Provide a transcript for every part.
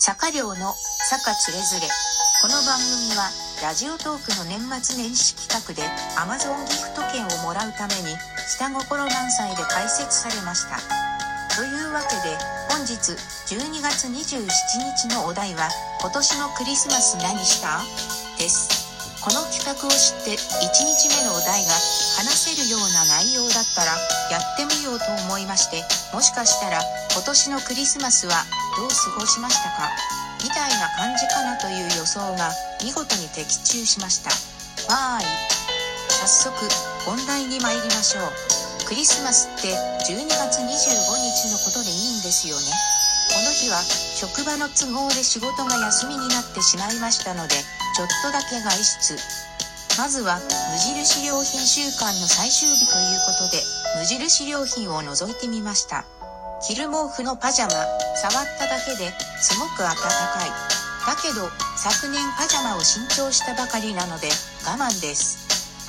坂寮の坂つれづれ。この番組はラジオトークの年末年始企画で Amazon ギフト券をもらうために下心満載で開設されました。というわけで本日12月27日のお題は今年のクリスマス何したです。この企画を知って1日目のお題が話せるような内容だったらやってみようと思いまして、もしかしたら今年のクリスマスはどう過ごしましたかみたいな感じかなという予想が見事に的中しました。わーい。早速本題に参りましょう。クリスマスって12月25日のことでいいんですよね。この日は職場の都合で仕事が休みになってしまいましたので、ちょっとだけ外出。まずは無印良品週間の最終日ということで、無印良品を覗いてみました。着る毛布のパジャマ、触っただけですごく暖かい。だけど昨年パジャマを新調したばかりなので我慢です。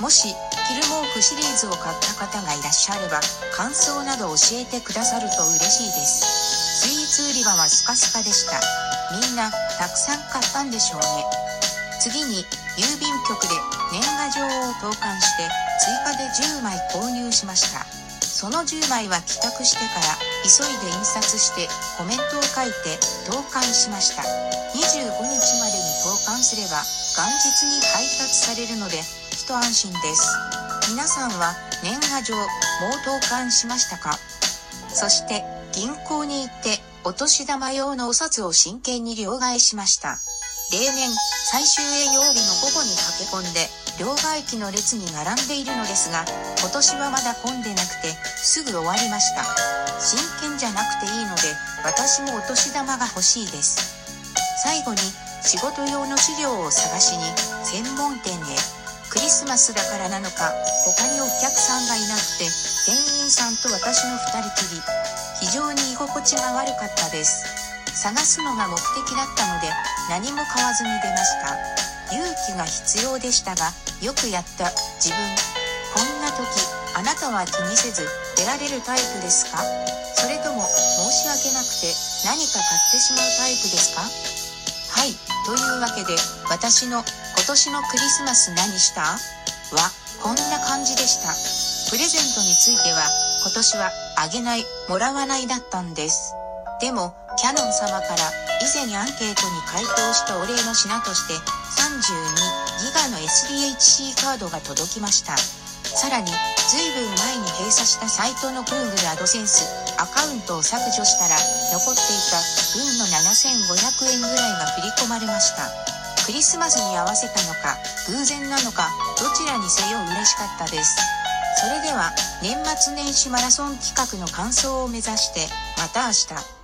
もし着る毛布シリーズを買った方がいらっしゃれば感想など教えてくださると嬉しいです。スイーツ売り場はスカスカでした。みんなたくさん買ったんでしょうね。次に郵便局で年賀状を投函して追加で10枚購入しました。その10枚は帰宅してから急いで印刷してコメントを書いて投函しました。25日までに投函すれば元日に配達されるので一安心です。皆さんは年賀状もう投函しましたか？そして銀行に行ってお年玉用のお札を真剣に両替しました。例年最終営業日の午後に駆け込んで両替機の列に並んでいるのですが、今年はまだ混んでなくてすぐ終わりました。真剣じゃなくていいので私もお年玉が欲しいです。最後に仕事用の資料を探しに専門店へ。クリスマスだからなのか他にお客さんがいなくて店員さんと私の二人きり。非常に居心地が悪かったです。探すのが目的だったので何も買わずに出ました。勇気が必要でしたがよくやった自分。こんな時あなたは気にせず出られるタイプですか？それとも申し訳なくて何か買ってしまうタイプですか？はい、というわけで私の今年のクリスマス何したはこんな感じでした。プレゼントについては今年はあげない、もらわないだったんです。でもキャノン様から以前にアンケートに回答したお礼の品として32ギガの SDHC カードが届きました。さらに随分前に閉鎖したサイトの Google AdSense アカウントを削除したら残っていた分の7500円ぐらいが振り込まれました。クリスマスに合わせたのか偶然なのかどちらにせよ嬉しかったです。それでは年末年始マラソン企画の完走を目指してまた明日。